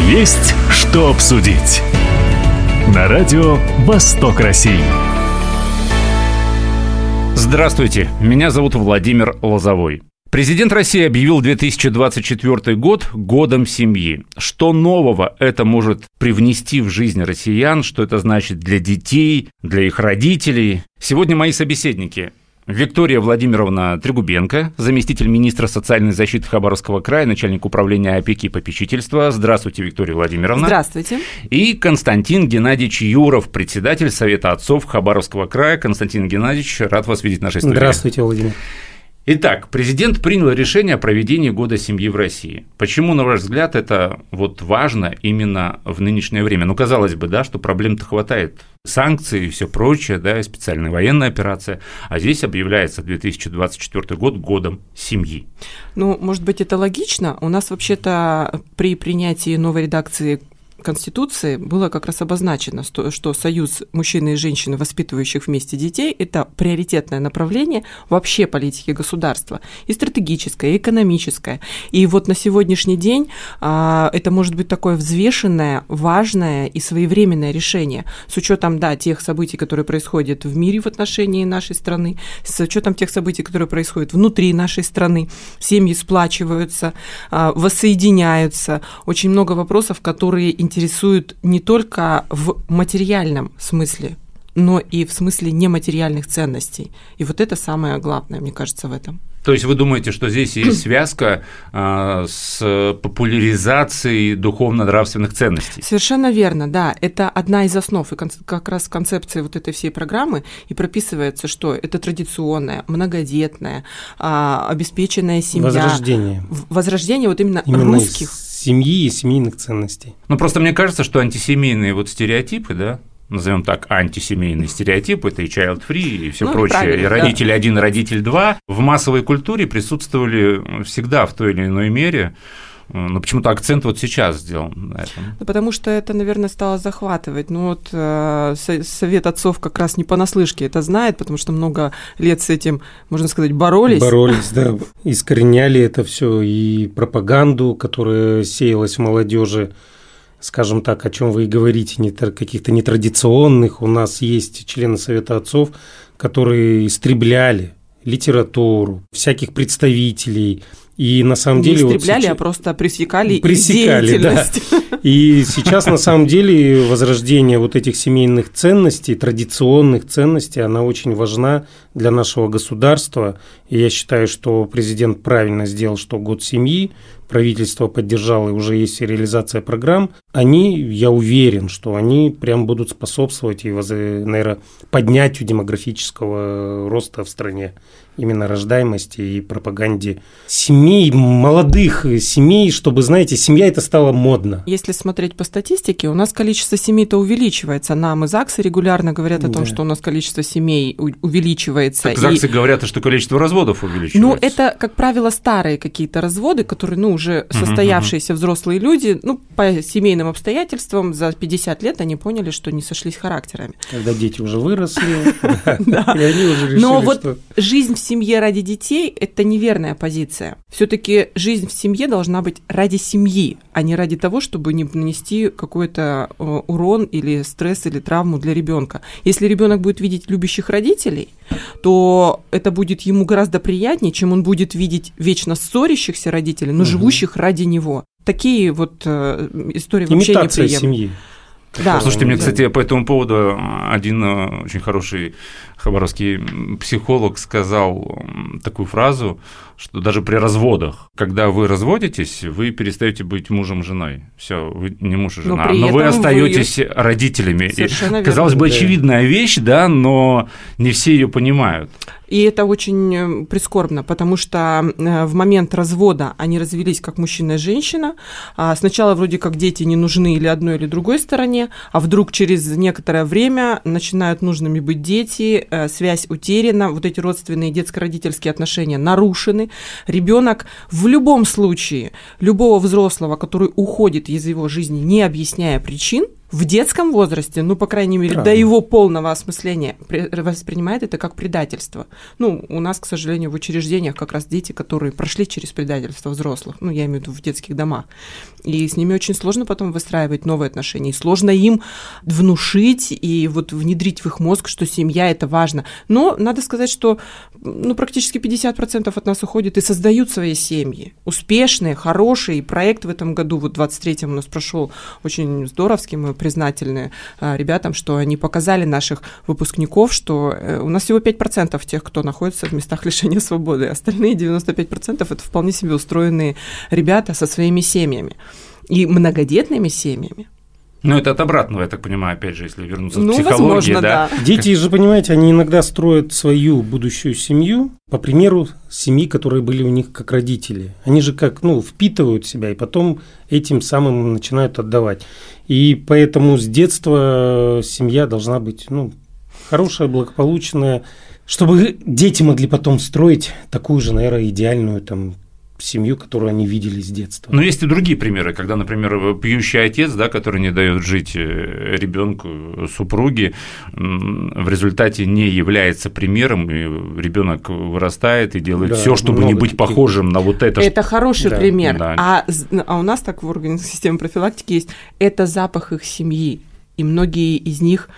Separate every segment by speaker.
Speaker 1: Есть что обсудить. На радио «Восток России».
Speaker 2: Здравствуйте, меня зовут Владимир Лозовой. Президент России объявил 2024 год годом семьи. Что нового это может привнести в жизнь россиян, что это значит для детей, для их родителей? Сегодня мои собеседники: Виктория Владимировна Трегубенко, заместитель министра социальной защиты Хабаровского края, начальник управления опеки и попечительства. Здравствуйте, Виктория Владимировна.
Speaker 3: Здравствуйте. И
Speaker 2: Константин Геннадьевич Юров, председатель Совета отцов Хабаровского края. Константин Геннадьевич, рад вас видеть в нашей студии.
Speaker 4: Здравствуйте, Владимир.
Speaker 2: Итак, президент принял решение о проведении года семьи в России. Почему, на ваш взгляд, это важно именно в нынешнее время? Ну, казалось бы, да, что проблем-то хватает. Санкции и все прочее, да, и специальная военная операция. А здесь объявляется 2024 год годом семьи.
Speaker 3: Ну, может быть, это логично. У нас вообще-то при принятии новой редакции Конституции было как раз обозначено, что союз мужчины и женщины, воспитывающих вместе детей, это приоритетное направление вообще политики государства, и стратегическое, и экономическое. И вот на сегодняшний день это может быть такое взвешенное, важное и своевременное решение с учетом, да, тех событий, которые происходят в мире в отношении нашей страны, с учетом тех событий, которые происходят внутри нашей страны. Семьи сплачиваются, воссоединяются. Очень много вопросов, которые интересуют не только в материальном смысле, но и в смысле нематериальных ценностей. И вот это самое главное, мне кажется, в этом.
Speaker 2: То есть вы думаете, что здесь есть связка с популяризацией духовно-нравственных ценностей?
Speaker 3: Совершенно верно, да. Это одна из основ, и как раз концепции вот этой всей программы и прописывается, что это традиционная, многодетная, обеспеченная семья. Возрождение вот именно русских.
Speaker 4: Семьи и семейных ценностей.
Speaker 2: Ну, просто мне кажется, что антисемейные стереотипы, да, назовем так, антисемейные стереотипы, это и child-free, и все прочее, и родитель один, и родитель два, в массовой культуре присутствовали всегда в той или иной мере. Но почему-то акцент сейчас сделан на этом.
Speaker 3: Да, потому что это, наверное, стало захватывать. Совет отцов как раз не понаслышке это знает, потому что много лет с этим, можно сказать, боролись.
Speaker 4: Да. Искореняли это все и пропаганду, которая сеялась в молодежи. Скажем так, о чем вы и говорите, каких-то нетрадиционных. У нас есть члены Совета отцов, которые истребляли литературу, всяких представителей. И на самом деле...
Speaker 3: Не истребляли, а просто пресекали деятельность.
Speaker 4: Да. И сейчас, на самом деле, возрождение вот этих семейных ценностей, традиционных ценностей, она очень важна для нашего государства. И я считаю, что президент правильно сделал, что год семьи, правительство поддержало, и уже есть реализация программ. Я уверен, что они прям будут способствовать и, наверное, поднятию демографического роста в стране, именно рождаемости и пропаганде семей, молодых семей, чтобы, знаете, семья это стало модно.
Speaker 3: Если смотреть по статистике, у нас количество семей-то увеличивается. Нам и ЗАГСы регулярно говорят о том, что у нас количество семей увеличивается.
Speaker 2: Так ЗАГСы говорят, что количество разводов увеличивается.
Speaker 3: Ну, это, как правило, старые какие-то разводы, которые, уже состоявшиеся взрослые люди, по семейным обстоятельствам за 50 лет они поняли, что не сошлись характерами.
Speaker 4: Когда дети уже выросли, и они уже решили,
Speaker 3: но вот жизнь в семье ради детей – это неверная позиция. Все-таки жизнь в семье должна быть ради семьи, а не ради того, чтобы не нанести какой-то урон или стресс или травму для ребенка. Если ребенок будет видеть любящих родителей, то это будет ему гораздо приятнее, чем он будет видеть вечно ссорящихся родителей, но живущих ради него. Такие истории вообще неприемлемы.
Speaker 4: Имитация семьи.
Speaker 2: Да. Слушайте, мне, кстати, по этому поводу один очень хороший хабаровский психолог сказал такую фразу, что даже при разводах, когда вы разводитесь, вы перестаете быть мужем и женой. Все, вы не муж и жена, но вы остаетесь родителями. И, казалось бы, очевидная вещь, да, но не все ее понимают.
Speaker 3: И это очень прискорбно, потому что в момент развода они развелись как мужчина и женщина. Сначала вроде как дети не нужны или одной, или другой стороне, а вдруг через некоторое время начинают нужными быть дети, связь утеряна, вот эти родственные детско-родительские отношения нарушены. Ребенок в любом случае, любого взрослого, который уходит из его жизни, не объясняя причин, в детском возрасте, ну, по крайней мере, до его полного осмысления, воспринимает это как предательство. Ну, у нас, к сожалению, в учреждениях как раз дети, которые прошли через предательство взрослых, ну, я имею в виду в детских домах, и с ними очень сложно потом выстраивать новые отношения, и сложно им внушить и вот внедрить в их мозг, что семья – это важно. Но надо сказать, что ну, практически 50% от нас уходит и создают свои семьи, успешные, хорошие, и проект в этом году, вот 23-м у нас прошел очень здоровский, мы признательны ребятам, что они показали наших выпускников, что у нас всего 5% тех, кто находится в местах лишения свободы, остальные 95% это вполне себе устроенные ребята со своими семьями и многодетными семьями.
Speaker 2: Ну, это от обратного, я так понимаю, опять же, если вернуться к психологии.
Speaker 3: Возможно, да.
Speaker 4: Дети же, понимаете, они иногда строят свою будущую семью по примеру семьи, которые были у них как родители. Они же как, впитывают себя и потом этим самым начинают отдавать. И поэтому с детства семья должна быть, хорошая, благополучная, чтобы дети могли потом строить такую же, наверное, идеальную семью, которую они видели с детства.
Speaker 2: Но есть и другие примеры, когда, например, пьющий отец, да, который не дает жить ребенку, супруге, в результате не является примером, и ребенок вырастает и делает все, чтобы не быть похожим на вот это.
Speaker 3: Это хороший пример. Да. А у нас так в органах системы профилактики есть это запах их семьи. И многие из них,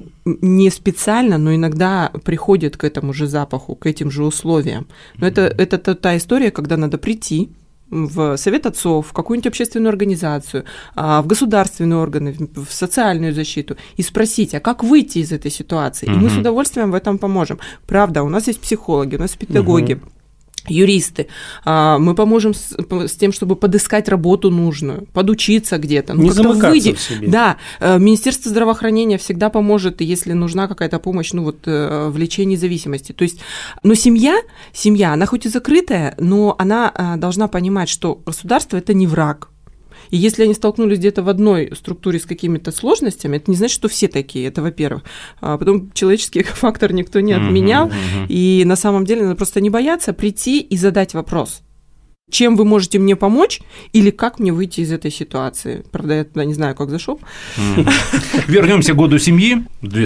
Speaker 3: не специально, но иногда приходят к этому же запаху, к этим же условиям. Но это та история, когда надо прийти в совет отцов, в какую-нибудь общественную организацию, в государственные органы, в социальную защиту и спросить, а как выйти из этой ситуации? И мы с удовольствием в этом поможем. Правда, у нас есть психологи, у нас есть педагоги, юристы, мы поможем с тем, чтобы подыскать работу нужную, подучиться где-то.
Speaker 4: Не замыкаться в себе.
Speaker 3: Да, Министерство здравоохранения всегда поможет, если нужна какая-то помощь в лечении зависимости. То есть, но семья, она хоть и закрытая, но она должна понимать, что государство – это не враг. И если они столкнулись где-то в одной структуре с какими-то сложностями, это не значит, что все такие, это во-первых. А потом человеческий фактор никто не отменял, и на самом деле надо просто не бояться прийти и задать вопрос. Чем вы можете мне помочь или как мне выйти из этой ситуации? Правда, я туда не знаю, как зашел.
Speaker 2: Вернемся к году семьи.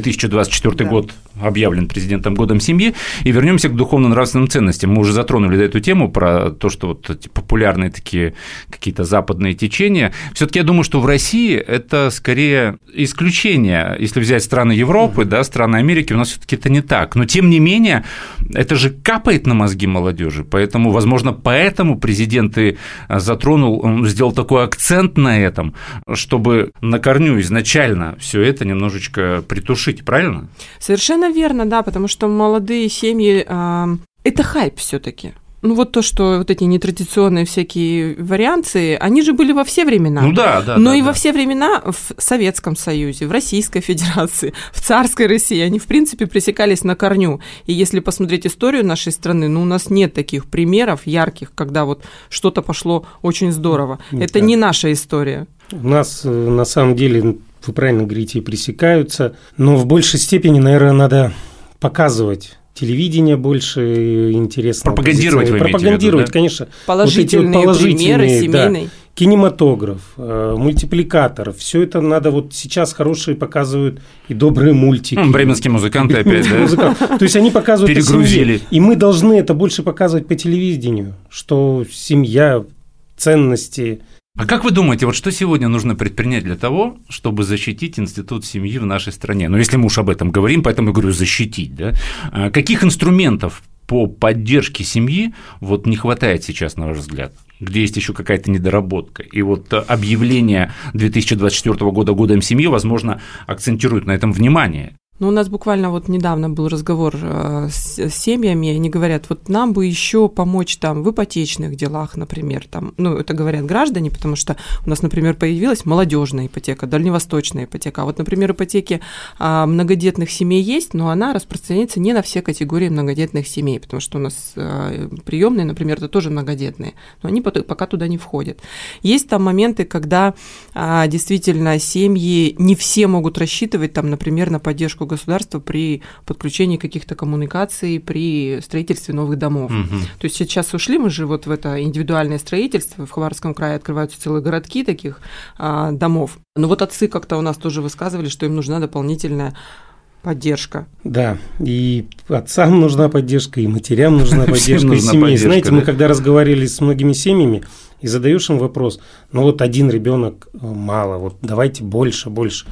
Speaker 2: 2024 год объявлен президентом годом семьи. И вернемся к духовно-нравственным ценностям. Мы уже затронули эту тему про то, что вот эти популярные такие какие-то западные течения. Все-таки я думаю, что в России это скорее исключение. Если взять страны Европы, страны Америки, у нас все-таки это не так. Но тем не менее, это же капает на мозги молодежи. Поэтому, возможно, президент и затронул, он сделал такой акцент на этом, чтобы на корню изначально все это немножечко притушить, правильно?
Speaker 3: Совершенно верно, да, потому что молодые семьи это хайп все-таки. То, что вот эти нетрадиционные всякие варианты, они же были во все времена. Во все времена в Советском Союзе, в Российской Федерации, в царской России они, в принципе, пресекались на корню. И если посмотреть историю нашей страны, у нас нет таких примеров ярких, когда вот что-то пошло очень здорово. Это не наша история.
Speaker 4: У нас, на самом деле, вы правильно говорите, и пресекаются, но в большей степени, наверное, надо показывать. Телевидение больше интересно. Пропагандировать, конечно.
Speaker 3: Положительные примеры семейные.
Speaker 4: Кинематограф, мультипликатор. Все это надо сейчас хорошие показывают и добрые мультики.
Speaker 2: Бременские музыканты опять, да?
Speaker 4: То есть они показывают
Speaker 2: перегрузили.
Speaker 4: И мы должны это больше показывать по телевидению, что семья, ценности.
Speaker 2: А как вы думаете, вот что сегодня нужно предпринять для того, чтобы защитить институт семьи в нашей стране? Если мы уж об этом говорим, поэтому я говорю защитить, да? Каких инструментов по поддержке семьи не хватает сейчас, на ваш взгляд? Где есть еще какая-то недоработка? И объявление 2024 года годом семьи, возможно, акцентирует на этом внимание.
Speaker 3: У нас буквально недавно был разговор с семьями, и они говорят, нам бы еще помочь в ипотечных делах, например, это говорят граждане, потому что у нас, например, появилась молодежная ипотека, дальневосточная ипотека. А например, ипотеки многодетных семей есть, но она распространяется не на все категории многодетных семей, потому что у нас приемные, например, это тоже многодетные, но они пока туда не входят. Есть моменты, когда действительно семьи не все могут рассчитывать, например, на поддержку государства при подключении каких-то коммуникаций, при строительстве новых домов. То есть сейчас ушли мы же вот в это индивидуальное строительство, в Хабаровском крае открываются целые городки таких домов. Но вот отцы как-то у нас тоже высказывали, что им нужна дополнительная поддержка.
Speaker 4: Да, и отцам нужна поддержка, и матерям нужна поддержка, и семье. Знаете, мы когда разговаривали с многими семьями, и задаешь им вопрос, ну вот один ребенок мало, вот давайте больше.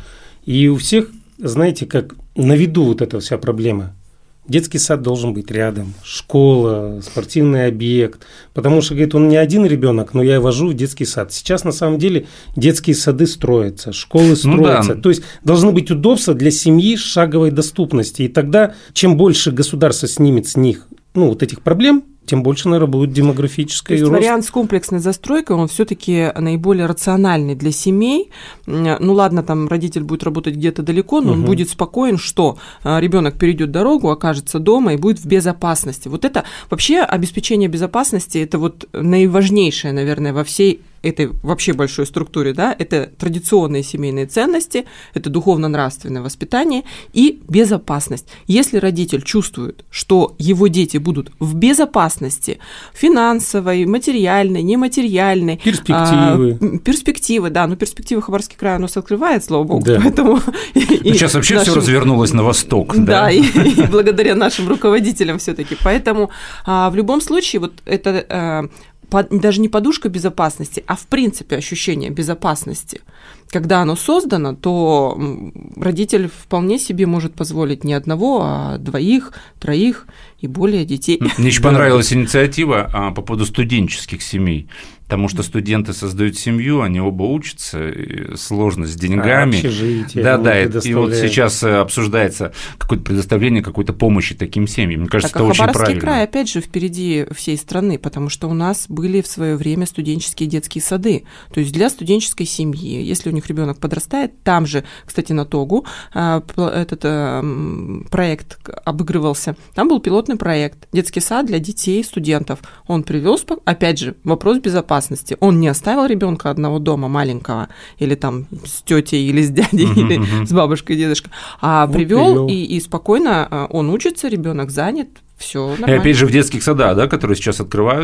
Speaker 4: И у всех, знаете, как на виду вот эта вся проблема. Детский сад должен быть рядом, школа, спортивный объект, потому что, говорит, он не один ребенок, но я его вожу в детский сад. Сейчас, на самом деле, детские сады строятся, школы строятся. То есть, должны быть удобства для семьи с шаговой доступности. И тогда, чем больше государство снимет с них, вот этих проблем, тем больше, наверное, будет демографический рост.
Speaker 3: Вариант с комплексной застройкой, он все-таки наиболее рациональный для семей. Ну ладно, там родитель будет работать где-то далеко, но он будет спокоен, что ребенок перейдет дорогу, окажется дома и будет в безопасности. Вот это вообще обеспечение безопасности, это вот наиважнейшее, наверное, во всей этой вообще большой структуре, да, это традиционные семейные ценности, это духовно-нравственное воспитание и безопасность. Если родитель чувствует, что его дети будут в безопасности финансовой, материальной, нематериальной, перспективы, да, но перспективы Хабаровский край у нас открывает, слава богу, да. Поэтому...
Speaker 2: Сейчас вообще все развернулось на восток.
Speaker 3: Да, и благодаря нашим руководителям все-таки. Поэтому в любом случае вот это... даже не подушка безопасности, а в принципе ощущение безопасности. Когда оно создано, то родитель вполне себе может позволить не одного, а 2, 3 и более детей.
Speaker 2: Мне еще понравилась инициатива по поводу студенческих семей. Потому что студенты создают семью, они оба учатся, сложно с деньгами. Да, и вот сейчас обсуждается какое-то предоставление какой-то помощи таким семьям. Мне кажется, это очень правильно.
Speaker 3: Хабаровский край, опять же, впереди всей страны, потому что у нас были в свое время студенческие детские сады. То есть для студенческой семьи, если у них ребенок подрастает, там же, кстати, на Тогу этот проект обыгрывался. Там был пилотный проект «Детский сад для детей, студентов». Он привез, опять же, вопрос безопасности. Он не оставил ребенка одного дома маленького, или там с тетей, или с дядей, или с бабушкой, дедушкой, а привел и спокойно он учится, ребенок занят, все нормально.
Speaker 2: И опять же в детских садах, да, которые сейчас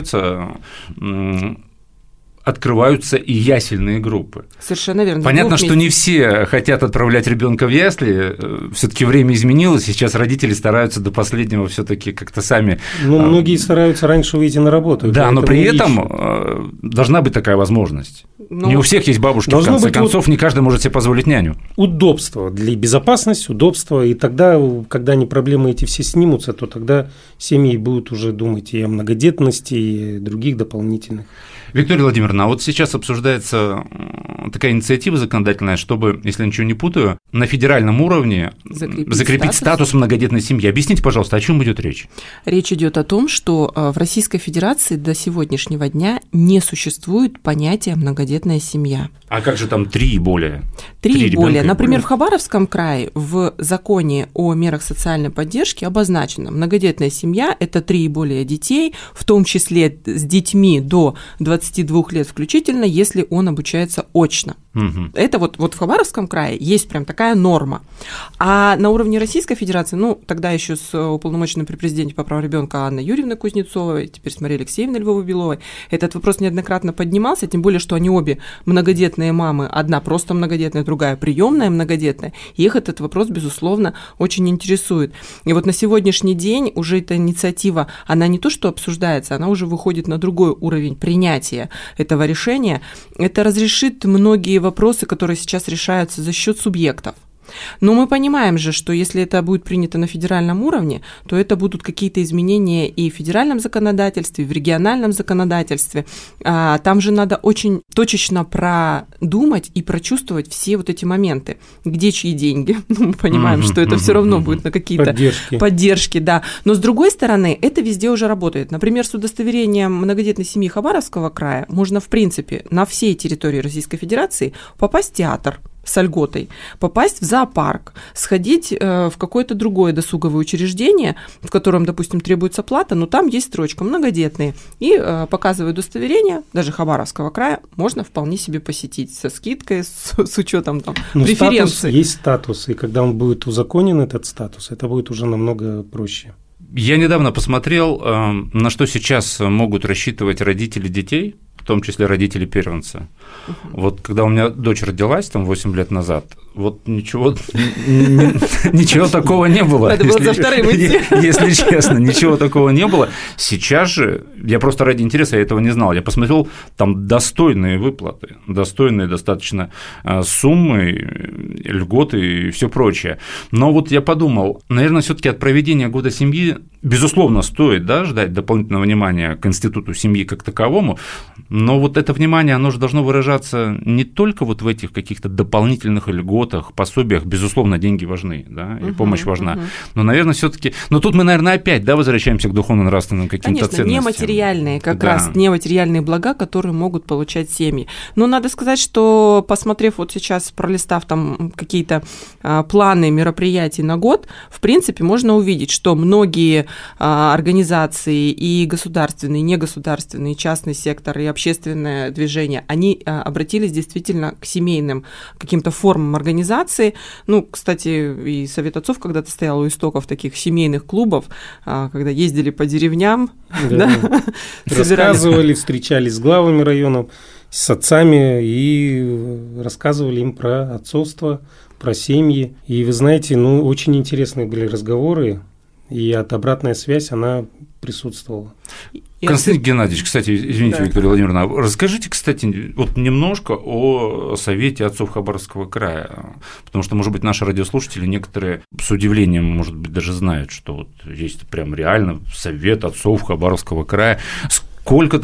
Speaker 2: открываются и ясельные группы.
Speaker 3: Совершенно верно.
Speaker 2: Понятно, что не все хотят отправлять ребенка в ясли. Все-таки время изменилось, сейчас родители стараются до последнего все-таки как-то сами.
Speaker 4: Многие стараются раньше выйти на работу.
Speaker 2: Да, но при этом должна быть такая возможность. Не у всех есть бабушки, в конце концов, не каждый может себе позволить няню.
Speaker 4: Удобство для безопасности, удобство, и тогда, когда они проблемы эти все снимутся, то тогда семьи будут уже думать и о многодетности, и других дополнительных.
Speaker 2: Виктория Владимировна, а вот сейчас обсуждается такая инициатива законодательная, чтобы, если я ничего не путаю, на федеральном уровне закрепить статус многодетной семьи. Объясните, пожалуйста, о чем идет речь?
Speaker 3: Речь идет о том, что в Российской Федерации до сегодняшнего дня не существует понятия многодетная семья.
Speaker 2: А как же там 3 и более?
Speaker 3: 3 и более. Например, в Хабаровском крае в законе о мерах социальной поддержки обозначено: многодетная семья – это 3 и более детей, в том числе с детьми до 22 лет включительно, если он обучается очно. Это вот в Хабаровском крае есть прям такая норма. А на уровне Российской Федерации, тогда еще с уполномоченной при президенте по правам ребенка Анной Юрьевной Кузнецовой, теперь с Марией Алексеевной Львовой-Беловой, этот вопрос неоднократно поднимался, тем более, что они обе многодетные мамы, одна просто многодетная, другая приемная многодетная, и их этот вопрос, безусловно, очень интересует. И вот на сегодняшний день уже эта инициатива, она не то что обсуждается, она уже выходит на другой уровень принятия этого решения. Это разрешит многие вопросы, которые сейчас решаются за счет субъектов. Но мы понимаем же, что если это будет принято на федеральном уровне, то это будут какие-то изменения и в федеральном законодательстве, и в региональном законодательстве. Там же надо очень точечно продумать и прочувствовать все вот эти моменты. Где чьи деньги? Мы понимаем, что это все равно будет на какие-то поддержки, да. Но с другой стороны, это везде уже работает. Например, с удостоверением многодетной семьи Хабаровского края можно, в принципе, на всей территории Российской Федерации попасть в театр, с льготой, попасть в зоопарк, сходить в какое-то другое досуговое учреждение, в котором, допустим, требуется плата, но там есть строчка «многодетные», и показывая удостоверение, даже Хабаровского края, можно вполне себе посетить со скидкой, с учетом там преференций.
Speaker 4: Статус есть статус, и когда он будет узаконен, этот статус, это будет уже намного проще.
Speaker 2: Я недавно посмотрел, на что сейчас могут рассчитывать родители детей, в том числе родители первенца. Вот когда у меня дочь родилась, там 8 лет назад, вот ничего такого не было.
Speaker 3: Надо было за вторым идти.
Speaker 2: Если честно, ничего такого не было. Сейчас же, я просто ради интереса, я этого не знал, я посмотрел, там достойные выплаты, достойные достаточно суммы, льготы и все прочее. Но вот я подумал, наверное, все-таки от проведения года семьи, безусловно, стоит, да, ждать дополнительного внимания к институту семьи как таковому, но вот это внимание, оно же должно выражаться не только вот в этих каких-то дополнительных льготах, пособиях, безусловно, деньги важны, да, и помощь важна, но, наверное, все-таки, но тут мы, наверное, опять, да, возвращаемся к духовно-нравственным каким-то ценностям.
Speaker 3: Конечно, нематериальные, как раз нематериальные блага, которые могут получать семьи. Но надо сказать, что, посмотрев вот сейчас, пролистав там какие-то планы мероприятий на год, в принципе, можно увидеть, что многие организации и государственные, и негосударственные, и частный сектор, и общественное движение, они обратились действительно к семейным каким-то формам организации. Ну, кстати, и Совет отцов когда-то стоял у истоков таких семейных клубов, когда ездили по деревням,
Speaker 4: рассказывали, встречались с главами районов, с отцами и рассказывали им про отцовство, про семьи. И вы знаете, очень интересные были разговоры, и обратная связь, она присутствовала.
Speaker 2: Константин Геннадьевич, кстати, извините, Виктория Владимировна, расскажите, кстати, вот немножко о Совете отцов Хабаровского края, потому что, может быть, наши радиослушатели некоторые с удивлением, может быть, даже знают, что вот есть прям реально Совет отцов Хабаровского края. Сколько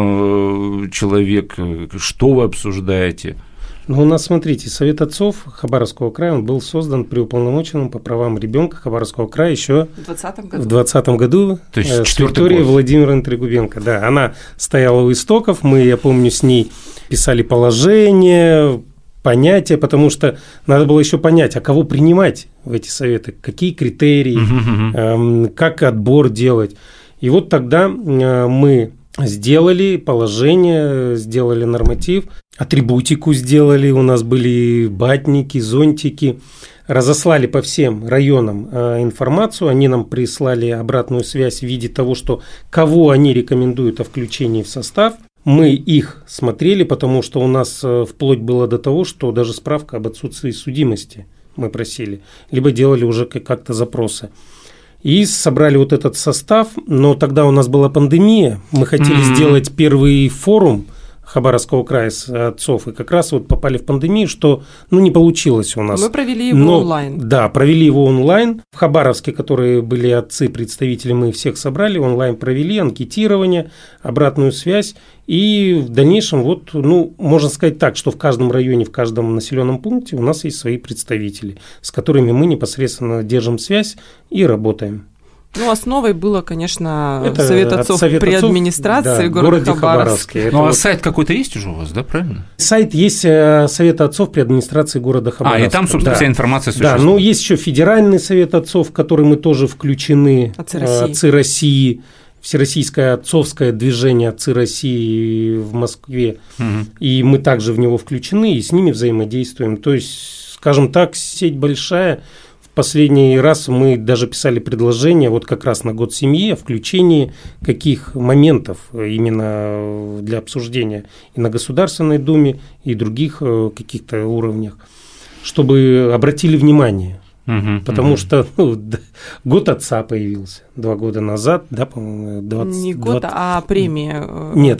Speaker 2: там человек, что вы обсуждаете?
Speaker 4: У нас, смотрите, Совет отцов Хабаровского края, он был создан при уполномоченном по правам ребенка Хабаровского края еще в 2020 году.
Speaker 2: То есть
Speaker 4: с Викторией Владимировной Трегубенко. Да, она стояла у истоков, я помню, с ней писали положения, понятия, потому что надо было еще понять, а кого принимать в эти советы, какие критерии, как отбор делать. И вот тогда мы сделали положение, сделали норматив, атрибутику сделали, у нас были батники, зонтики, разослали по всем районам информацию, они нам прислали обратную связь в виде того, что кого они рекомендуют о включении в состав. Мы их смотрели, потому что у нас вплоть было до того, что даже справка об отсутствии судимости мы просили, либо делали уже как-то запросы. И собрали вот этот состав, но тогда у нас была пандемия, мы хотели сделать первый форум Хабаровского края отцов, и как раз вот попали в пандемию, что не получилось у нас.
Speaker 3: Мы провели его онлайн.
Speaker 4: Да, провели его онлайн. В Хабаровске, которые были отцы, представители, мы всех собрали, онлайн провели, анкетирование, обратную связь. И в дальнейшем, можно сказать так, что в каждом районе, в каждом населенном пункте у нас есть свои представители, с которыми мы непосредственно держим связь и работаем.
Speaker 3: Основой было, конечно, Совет отцов при администрации города Хабаровске.
Speaker 2: А сайт какой-то есть уже у вас, да, правильно?
Speaker 4: Сайт есть Совет отцов при администрации города Хабаровска.
Speaker 2: И там, собственно, вся информация существует.
Speaker 4: Да, есть еще Федеральный Совет отцов, в который мы тоже включены, Отцы России. Всероссийское отцовское движение «Отцы России» в Москве, и мы также в него включены, и с ними взаимодействуем. То есть, скажем так, сеть большая. В последний раз мы даже писали предложение вот как раз на год семьи о включении каких моментов именно для обсуждения и на Государственной Думе, и других каких-то уровнях, чтобы обратили внимание. Потому что год отца появился 2 года назад, да, по-моему, 20...
Speaker 3: Не год, а премия.
Speaker 4: Нет,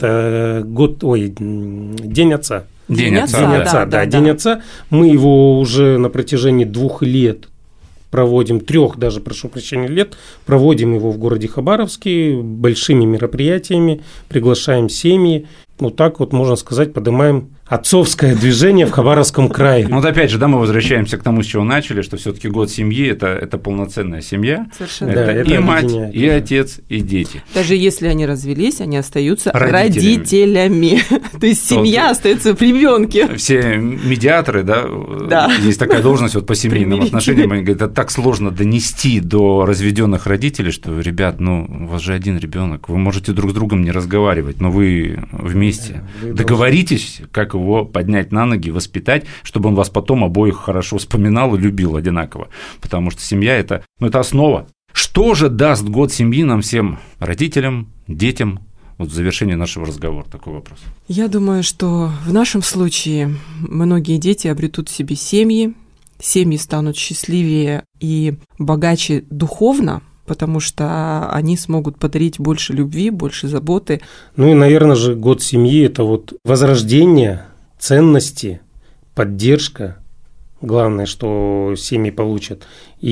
Speaker 4: День отца.
Speaker 2: День отца.
Speaker 4: День отца. Мы его уже на протяжении 2 лет проводим, 3 даже, прошу прощения, лет, проводим его в городе Хабаровске большими мероприятиями, приглашаем семьи. вот так вот, можно сказать, поднимаем отцовское движение в Хабаровском крае.
Speaker 2: Вот опять же, мы возвращаемся к тому, с чего начали, что все-таки год семьи – это полноценная семья.
Speaker 3: Совершенно.
Speaker 2: Это и мать, и отец, и дети.
Speaker 3: Даже если они развелись, они остаются родителями. То есть семья остается в ребенке.
Speaker 2: Все медиаторы, да, есть такая должность вот по семейным отношениям, они говорят, это так сложно донести до разведенных родителей, что, ребят, у вас же один ребенок, вы можете друг с другом не разговаривать, но вы вместе договоритесь, как его поднять на ноги, воспитать, чтобы он вас потом обоих хорошо вспоминал и любил одинаково. Потому что семья – это основа. Что же даст год семьи нам всем, родителям, детям? Вот в завершении нашего разговора такой вопрос.
Speaker 3: Я думаю, что в нашем случае многие дети обретут в себе семьи станут счастливее и богаче духовно, потому что они смогут подарить больше любви, больше заботы.
Speaker 4: И, наверное же, год семьи – это вот возрождение ценности, поддержка, главное, что семьи получат,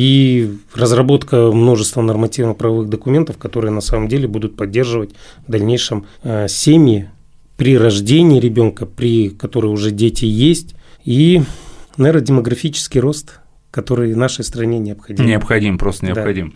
Speaker 4: и разработка множества нормативно-правовых документов, которые на самом деле будут поддерживать в дальнейшем семьи при рождении ребенка, при которой уже дети есть, и, наверное, демографический рост, который нашей стране необходим.
Speaker 2: Просто необходим.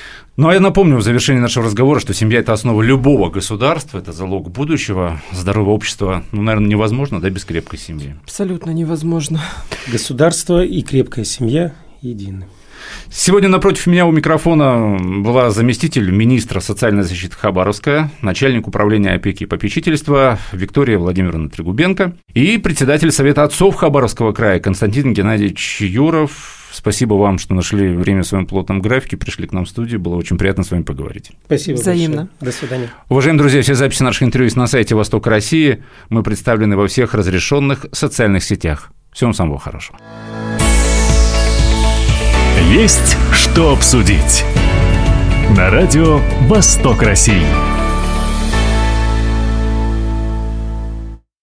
Speaker 2: А я напомню в завершении нашего разговора, что семья – это основа любого государства, это залог будущего, здорового общества, наверное, невозможно, без крепкой семьи.
Speaker 3: Абсолютно невозможно.
Speaker 4: Государство и крепкая семья едины.
Speaker 2: Сегодня напротив меня у микрофона была заместитель министра социальной защиты Хабаровска, начальник управления опеки и попечительства Виктория Владимировна Трегубенко и председатель Совета отцов Хабаровского края Константин Геннадьевич Юров. Спасибо вам, что нашли время в своем плотном графике, пришли к нам в студию, было очень приятно с вами поговорить.
Speaker 4: Спасибо
Speaker 3: взаимно.
Speaker 4: Большое. До свидания.
Speaker 2: Уважаемые друзья, все записи наших интервью есть на сайте «Восток России». Мы представлены во всех разрешенных социальных сетях. Всего вам самого хорошего.
Speaker 1: Есть что обсудить. На радио «Восток России».